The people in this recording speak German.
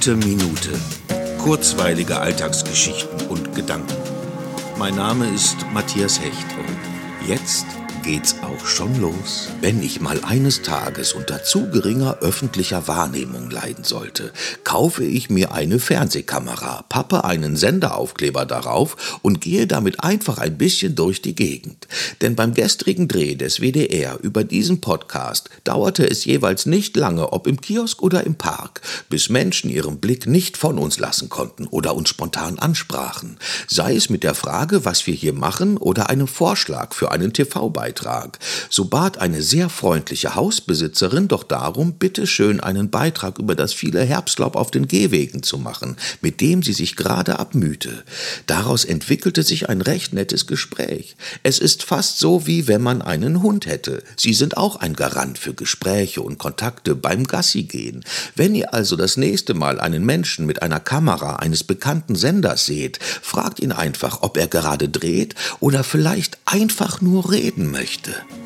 Gute Minute. Kurzweilige Alltagsgeschichten und Gedanken. Mein Name ist Matthias Hecht und jetzt geht's auch schon los. Wenn ich mal eines Tages unter zu geringer öffentlicher Wahrnehmung leiden sollte, kaufe ich mir eine Fernsehkamera, pappe einen Senderaufkleber darauf und gehe damit einfach ein bisschen durch die Gegend. Denn beim gestrigen Dreh des WDR über diesen Podcast dauerte es jeweils nicht lange, ob im Kiosk oder im Park, bis Menschen ihren Blick nicht von uns lassen konnten oder uns spontan ansprachen. Sei es mit der Frage, was wir hier machen, oder einem Vorschlag für einen TV-Beitrag. So bat eine sehr freundliche Hausbesitzerin doch darum, bitte schön einen Beitrag über das viele Herbstlaub auf den Gehwegen zu machen, mit dem sie sich gerade abmühte. Daraus entwickelte sich ein recht nettes Gespräch. Es ist fast so, wie wenn man einen Hund hätte. Sie sind auch ein Garant für Gespräche und Kontakte beim Gassigehen. Wenn ihr also das nächste Mal einen Menschen mit einer Kamera eines bekannten Senders seht, fragt ihn einfach, ob er gerade dreht oder vielleicht einfach nur reden möchte.